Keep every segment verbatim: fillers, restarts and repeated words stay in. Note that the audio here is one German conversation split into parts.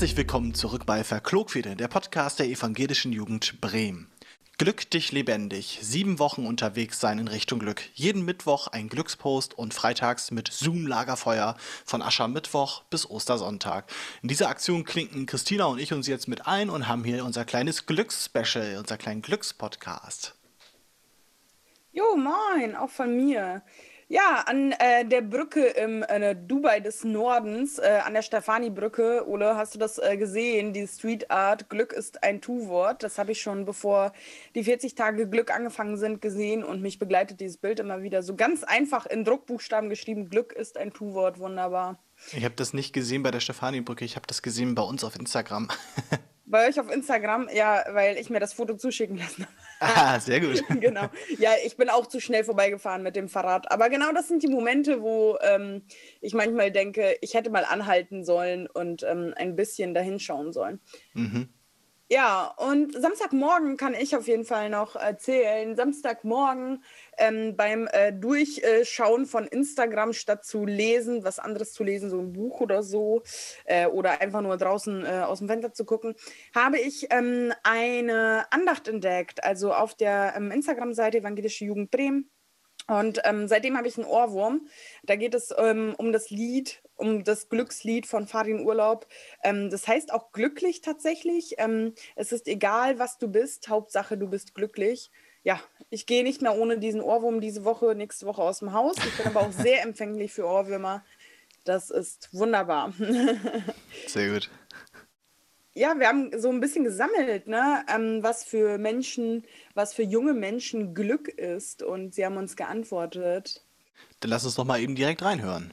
Herzlich willkommen zurück bei Verklogfede, der Podcast der Evangelischen Jugend Bremen. Glück dich lebendig. Sieben Wochen unterwegs sein in Richtung Glück. Jeden Mittwoch ein Glückspost und freitags mit Zoom-Lagerfeuer von Aschermittwoch bis Ostersonntag. In dieser Aktion klinken Christina und ich uns jetzt mit ein und haben hier unser kleines Glücksspecial, unser kleinen Glückspodcast. Jo, moin, auch von mir. Ja, an äh, der Brücke im äh, Dubai des Nordens, äh, an der Stefani-Brücke, Ole, hast du das äh, gesehen, die Street Art, Glück ist ein Tu-Wort. Das habe ich schon, bevor die vierzig Tage Glück angefangen sind, gesehen und mich begleitet dieses Bild immer wieder. So ganz einfach in Druckbuchstaben geschrieben, Glück ist ein Tu-Wort, wunderbar. Ich habe das nicht gesehen bei der Stefani-Brücke, ich habe das gesehen bei uns auf Instagram. Bei euch auf Instagram? Ja, weil ich mir das Foto zuschicken lassen habe. Ah, sehr gut. Genau. Ja, ich bin auch zu schnell vorbeigefahren mit dem Fahrrad. Aber genau das sind die Momente, wo ähm, ich manchmal denke, ich hätte mal anhalten sollen und ähm, ein bisschen dahinschauen sollen. Mhm. Ja, und Samstagmorgen kann ich auf jeden Fall noch erzählen. Samstagmorgen ähm, beim äh, Durchschauen von Instagram, statt zu lesen, was anderes zu lesen, so ein Buch oder so, äh, oder einfach nur draußen äh, aus dem Fenster zu gucken, habe ich ähm, eine Andacht entdeckt, also auf der ähm, Instagram-Seite Evangelische Jugend Bremen. Und ähm, seitdem habe ich einen Ohrwurm. Da geht es ähm, um das Lied, um das Glückslied von Farin Urlaub. Ähm, das heißt auch glücklich tatsächlich. Ähm, es ist egal, was du bist, Hauptsache du bist glücklich. Ja, ich gehe nicht mehr ohne diesen Ohrwurm diese Woche, nächste Woche aus dem Haus. Ich bin aber auch sehr empfänglich für Ohrwürmer. Das ist wunderbar. Sehr gut. Ja, wir haben so ein bisschen gesammelt, ne, ähm, was für Menschen, was für junge Menschen Glück ist. Und sie haben uns geantwortet. Dann lass uns doch mal eben direkt reinhören.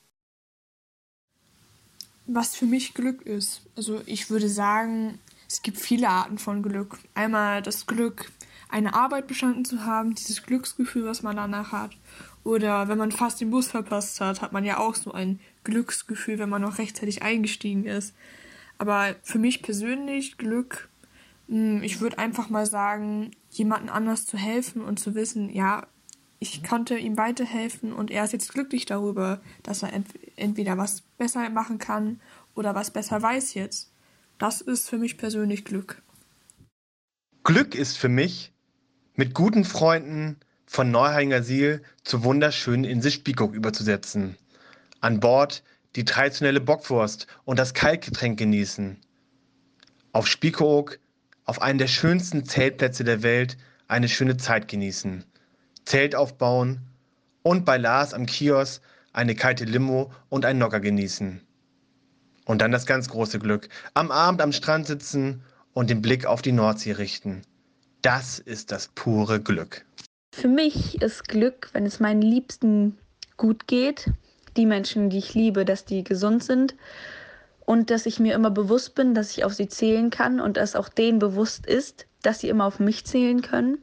Was für mich Glück ist. Also ich würde sagen, es gibt viele Arten von Glück. Einmal das Glück, eine Arbeit bestanden zu haben, dieses Glücksgefühl, was man danach hat. Oder wenn man fast den Bus verpasst hat, hat man ja auch so ein Glücksgefühl, wenn man noch rechtzeitig eingestiegen ist. Aber für mich persönlich Glück, ich würde einfach mal sagen, jemandem anders zu helfen und zu wissen, ja, ich konnte ihm weiterhelfen und er ist jetzt glücklich darüber, dass er ent- entweder was besser machen kann oder was besser weiß jetzt. Das ist für mich persönlich Glück. Glück ist für mich, mit guten Freunden von Neuheinger Siel zur wunderschönen Insel Spiekeroog überzusetzen. An Bord die traditionelle Bockwurst und das Kaltgetränk genießen. Auf Spiekeroog, auf einem der schönsten Zeltplätze der Welt, eine schöne Zeit genießen. Zelt aufbauen und bei Lars am Kiosk eine kalte Limo und einen Nocker genießen. Und dann das ganz große Glück, am Abend am Strand sitzen und den Blick auf die Nordsee richten. Das ist das pure Glück. Für mich ist Glück, wenn es meinen Liebsten gut geht, die Menschen, die ich liebe, dass die gesund sind und dass ich mir immer bewusst bin, dass ich auf sie zählen kann und dass auch denen bewusst ist, dass sie immer auf mich zählen können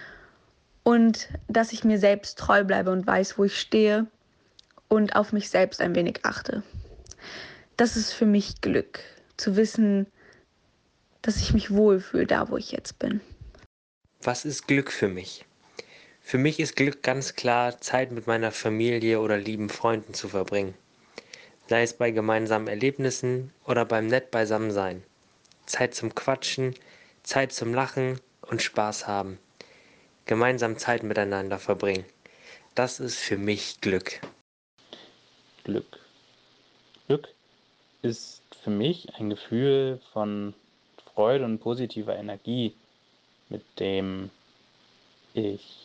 und dass ich mir selbst treu bleibe und weiß, wo ich stehe und auf mich selbst ein wenig achte. Das ist für mich Glück, zu wissen, dass ich mich wohlfühle, da wo ich jetzt bin. Was ist Glück für mich? Für mich ist Glück ganz klar, Zeit mit meiner Familie oder lieben Freunden zu verbringen. Sei es bei gemeinsamen Erlebnissen oder beim nett Beisammensein. Zeit zum Quatschen, Zeit zum Lachen und Spaß haben. Gemeinsam Zeit miteinander verbringen. Das ist für mich Glück. Glück. Glück ist für mich ein Gefühl von Freude und positiver Energie, mit dem ich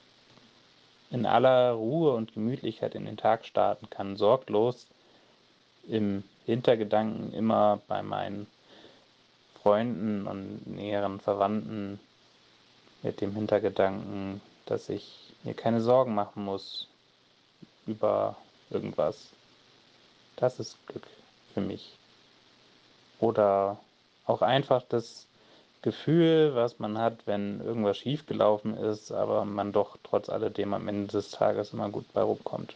in aller Ruhe und Gemütlichkeit in den Tag starten kann, sorglos im Hintergedanken immer bei meinen Freunden und näheren Verwandten mit dem Hintergedanken, dass ich mir keine Sorgen machen muss über irgendwas. Das ist Glück für mich. Oder auch einfach das Gefühl, was man hat, wenn irgendwas schiefgelaufen ist, aber man doch trotz alledem am Ende des Tages immer gut bei rumkommt.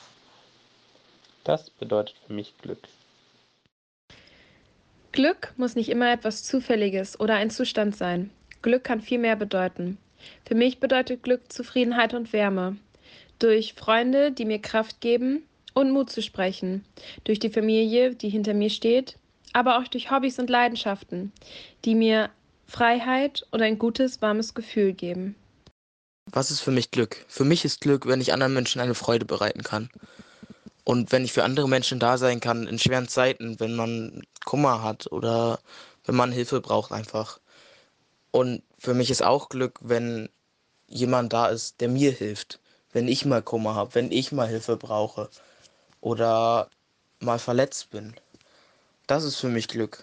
Das bedeutet für mich Glück. Glück muss nicht immer etwas Zufälliges oder ein Zustand sein. Glück kann viel mehr bedeuten. Für mich bedeutet Glück Zufriedenheit und Wärme. Durch Freunde, die mir Kraft geben und Mut zu sprechen. Durch die Familie, die hinter mir steht. aber auch durch Hobbys und Leidenschaften, die mir Freiheit und ein gutes, warmes Gefühl geben. Was ist für mich Glück? Für mich ist Glück, wenn ich anderen Menschen eine Freude bereiten kann. Und wenn ich für andere Menschen da sein kann in schweren Zeiten, wenn man Kummer hat oder wenn man Hilfe braucht einfach. Und für mich ist auch Glück, wenn jemand da ist, der mir hilft. Wenn ich mal Kummer habe, wenn ich mal Hilfe brauche oder mal verletzt bin. Das ist für mich Glück.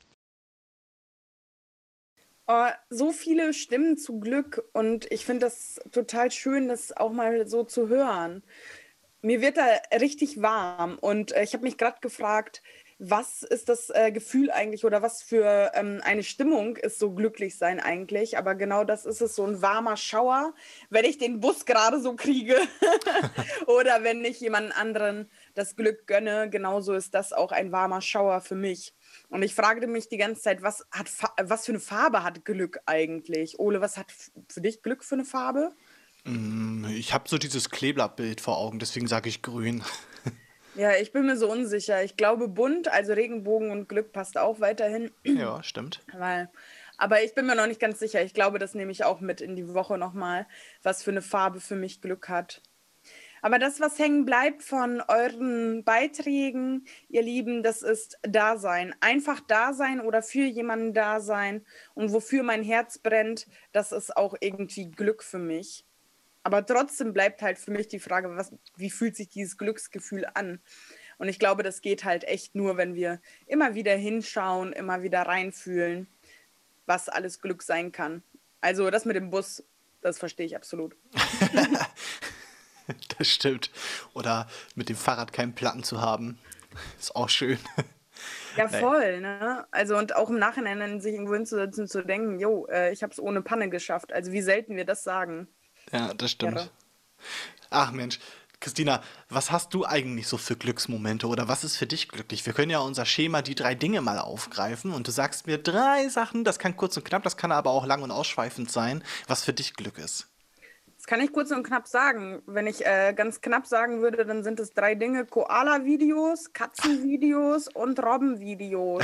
Oh, so viele Stimmen zu Glück und ich finde das total schön, das auch mal so zu hören. Mir wird da richtig warm und äh, ich habe mich gerade gefragt, was ist das äh, Gefühl eigentlich oder was für ähm, eine Stimmung ist so glücklich sein eigentlich? Aber genau das ist es, so ein warmer Schauer, wenn ich den Bus gerade so kriege oder wenn ich jemand anderen das Glück gönne, genauso ist das auch ein warmer Schauer für mich. Und ich fragte mich die ganze Zeit, was, hat, was für eine Farbe hat Glück eigentlich? Ole, was hat für dich Glück für eine Farbe? Ich habe so dieses Kleeblattbild vor Augen, deswegen sage ich grün. Ja, ich bin mir so unsicher. Ich glaube bunt, also Regenbogen und Glück passt auch weiterhin. Ja, stimmt. Weil, aber ich bin mir noch nicht ganz sicher. Ich glaube, das nehme ich auch mit in die Woche nochmal, was für eine Farbe für mich Glück hat. Aber das, was hängen bleibt von euren Beiträgen, ihr Lieben, das ist Dasein. Einfach Dasein oder für jemanden Dasein. Und wofür mein Herz brennt, das ist auch irgendwie Glück für mich. Aber trotzdem bleibt halt für mich die Frage, was, wie fühlt sich dieses Glücksgefühl an? Und ich glaube, das geht halt echt nur, wenn wir immer wieder hinschauen, immer wieder reinfühlen, was alles Glück sein kann. Also das mit dem Bus, das verstehe ich absolut. Das stimmt. Oder mit dem Fahrrad keinen Platten zu haben, ist auch schön. Ja, voll, ne? Also und auch im Nachhinein dann sich irgendwo hinzusetzen und zu denken, jo, äh, ich habe es ohne Panne geschafft. Also wie selten wir das sagen. Ja, das stimmt. Irre. Ach Mensch, Christina, was hast du eigentlich so für Glücksmomente oder was ist für dich glücklich? Wir können ja unser Schema die drei Dinge mal aufgreifen und du sagst mir drei Sachen, das kann kurz und knapp, das kann aber auch lang und ausschweifend sein, was für dich Glück ist. Das kann ich kurz und knapp sagen. Wenn ich äh, ganz knapp sagen würde, dann sind es drei Dinge: Koala-Videos, Katzenvideos und Robbenvideos.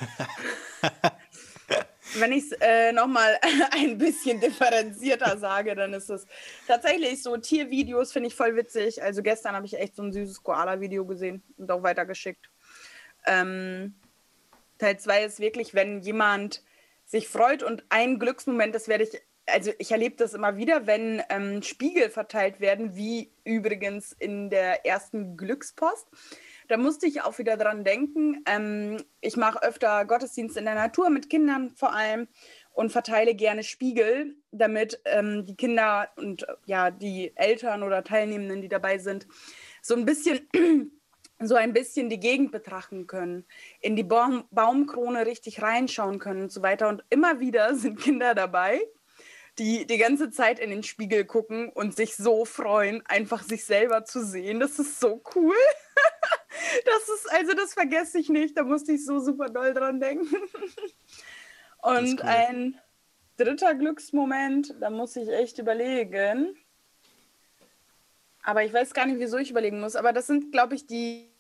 Wenn ich es äh, nochmal ein bisschen differenzierter sage, dann ist es tatsächlich so, Tiervideos finde ich voll witzig. Also gestern habe ich echt so ein süßes Koala-Video gesehen und auch weitergeschickt. Ähm, Teil zwei ist wirklich, wenn jemand sich freut und ein Glücksmoment, das werde ich, also ich erlebe das immer wieder, wenn ähm, Spiegel verteilt werden, wie übrigens in der ersten Glückspost. Da musste ich auch wieder dran denken. Ähm, ich mache öfter Gottesdienst in der Natur mit Kindern vor allem und verteile gerne Spiegel, damit ähm, die Kinder und ja die Eltern oder Teilnehmenden, die dabei sind, so ein bisschen so ein bisschen die Gegend betrachten können, in die Baum- Baumkrone richtig reinschauen können und so weiter. Und immer wieder sind Kinder dabei, die die ganze Zeit in den Spiegel gucken und sich so freuen, einfach sich selber zu sehen. Das ist so cool. Das ist, also das vergesse ich nicht, da musste ich so super doll dran denken. Und cool. Ein dritter Glücksmoment, da muss ich echt überlegen. Aber ich weiß gar nicht, wieso ich überlegen muss. Aber das sind, glaube ich, die,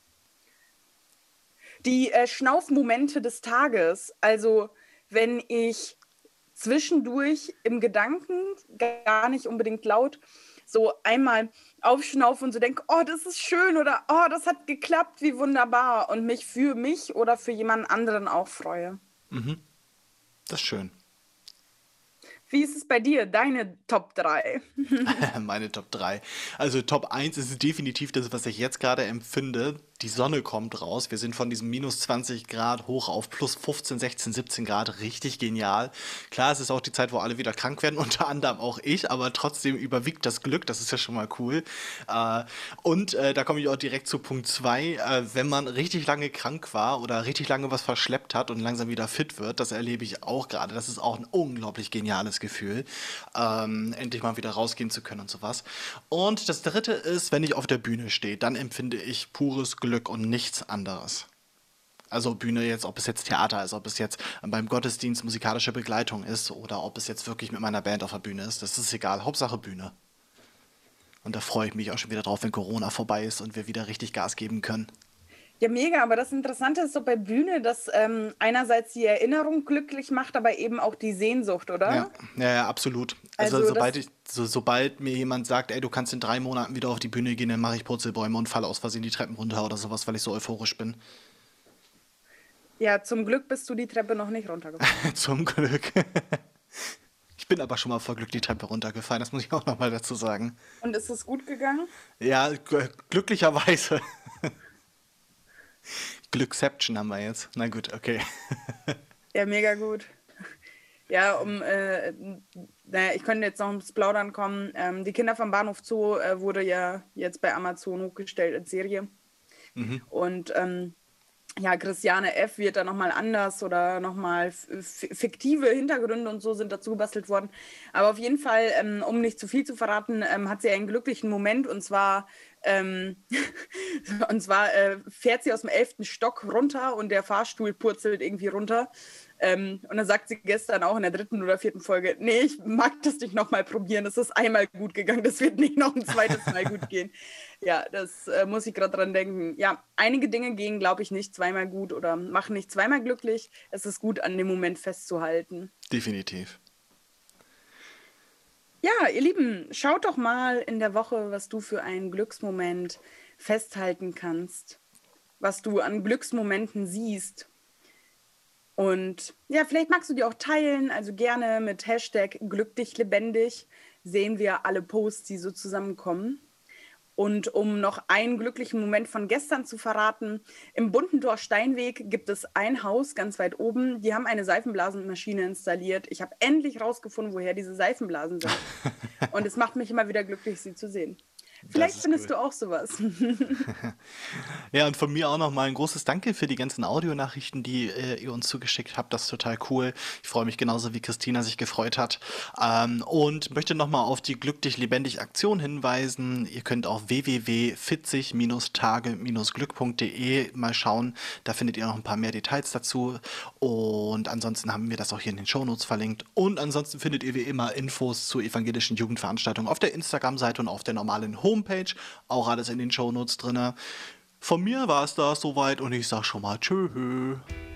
die äh, Schnaufmomente des Tages. Also wenn ich zwischendurch im Gedanken, gar nicht unbedingt laut, so einmal aufschnaufe und so denke, oh, das ist schön oder oh, das hat geklappt, wie wunderbar. Und mich für mich oder für jemand anderen auch freue. Mhm. Das ist schön. Wie ist es bei dir, deine Top drei? Meine Top drei. Also Top eins ist definitiv das, was ich jetzt gerade empfinde. Die Sonne kommt raus. Wir sind von diesem minus zwanzig Grad hoch auf plus fünfzehn, sechzehn, siebzehn Grad. Richtig genial. Klar, es ist auch die Zeit, wo alle wieder krank werden, unter anderem auch ich, aber trotzdem überwiegt das Glück. Das ist ja schon mal cool. Äh, und äh, da komme ich auch direkt zu Punkt zwei. Äh, wenn man richtig lange krank war oder richtig lange was verschleppt hat und langsam wieder fit wird, das erlebe ich auch gerade. Das ist auch ein unglaublich geniales Gefühl, ähm, endlich mal wieder rausgehen zu können und sowas. Und das dritte ist, wenn ich auf der Bühne stehe, dann empfinde ich pures Glück und nichts anderes. Also Bühne jetzt, ob es jetzt Theater ist, ob es jetzt beim Gottesdienst musikalische Begleitung ist oder ob es jetzt wirklich mit meiner Band auf der Bühne ist, das ist egal. Hauptsache Bühne. Und da freue ich mich auch schon wieder drauf, wenn Corona vorbei ist und wir wieder richtig Gas geben können. Ja, mega, aber das Interessante ist so bei Bühne, dass ähm, einerseits die Erinnerung glücklich macht, aber eben auch die Sehnsucht, oder? Ja, ja, ja, absolut. Also, Also sobald das, ich, so, sobald mir jemand sagt, ey, du kannst in drei Monaten wieder auf die Bühne gehen, dann mache ich Purzelbäume und falle aus Versehen die Treppen runter oder sowas, weil ich so euphorisch bin. ja, zum Glück bist du die Treppe noch nicht runtergefallen. Zum Glück. Ich bin aber schon mal vor Glück die Treppe runtergefallen, das muss ich auch nochmal dazu sagen. Und ist es gut gegangen? Ja, g- glücklicherweise. Glückception haben wir jetzt. Na gut, okay. Ja, mega gut. Ja, um, äh, naja, ich könnte jetzt noch ums Plaudern kommen. Ähm, die Kinder vom Bahnhof Zoo äh, wurde ja jetzt bei Amazon hochgestellt als Serie. Mhm. Und ähm, ja, Christiane F. wird da nochmal anders oder nochmal fiktive Hintergründe und so sind dazu gebastelt worden. Aber auf jeden Fall, ähm, um nicht zu viel zu verraten, ähm, hat sie einen glücklichen Moment und zwar, ähm, und zwar äh, fährt sie aus dem elften Stock runter und der Fahrstuhl purzelt irgendwie runter. Ähm, und dann sagt sie gestern auch in der dritten oder vierten Folge, nee, ich mag das nicht nochmal probieren, das ist einmal gut gegangen, das wird nicht noch ein zweites Mal gut gehen. Ja, das äh, muss ich gerade dran denken. Ja, einige Dinge gehen, glaube ich, nicht zweimal gut oder machen nicht zweimal glücklich. Es ist gut, an dem Moment festzuhalten. Definitiv. Ja, ihr Lieben, schaut doch mal in der Woche, was du für einen Glücksmoment festhalten kannst, was du an Glücksmomenten siehst. Und ja, vielleicht magst du die auch teilen, also gerne mit Hashtag Glück dich lebendig sehen wir alle Posts, die so zusammenkommen. Und um noch einen glücklichen Moment von gestern zu verraten, im Buntentor Steinweg gibt es ein Haus ganz weit oben, die haben eine Seifenblasenmaschine installiert. Ich habe endlich rausgefunden, woher diese Seifenblasen sind. Und es macht mich immer wieder glücklich, sie zu sehen. Vielleicht findest cool. du auch sowas. Ja, und von mir auch nochmal ein großes Danke für die ganzen Audionachrichten, die äh, ihr uns zugeschickt habt. Das ist total cool. Ich freue mich genauso, wie Christina sich gefreut hat. Ähm, und möchte nochmal auf die Glück dich lebendig Aktion hinweisen. Ihr könnt auf w w w punkt vierzig tage glück punkt de mal schauen. Da findet ihr noch ein paar mehr Details dazu. Und ansonsten haben wir das auch hier in den Shownotes verlinkt. Und ansonsten findet ihr wie immer Infos zur evangelischen Jugendveranstaltung auf der Instagram-Seite und auf der normalen Homepage, auch alles in den Shownotes drin. Von mir war es das soweit und ich sag schon mal tschö.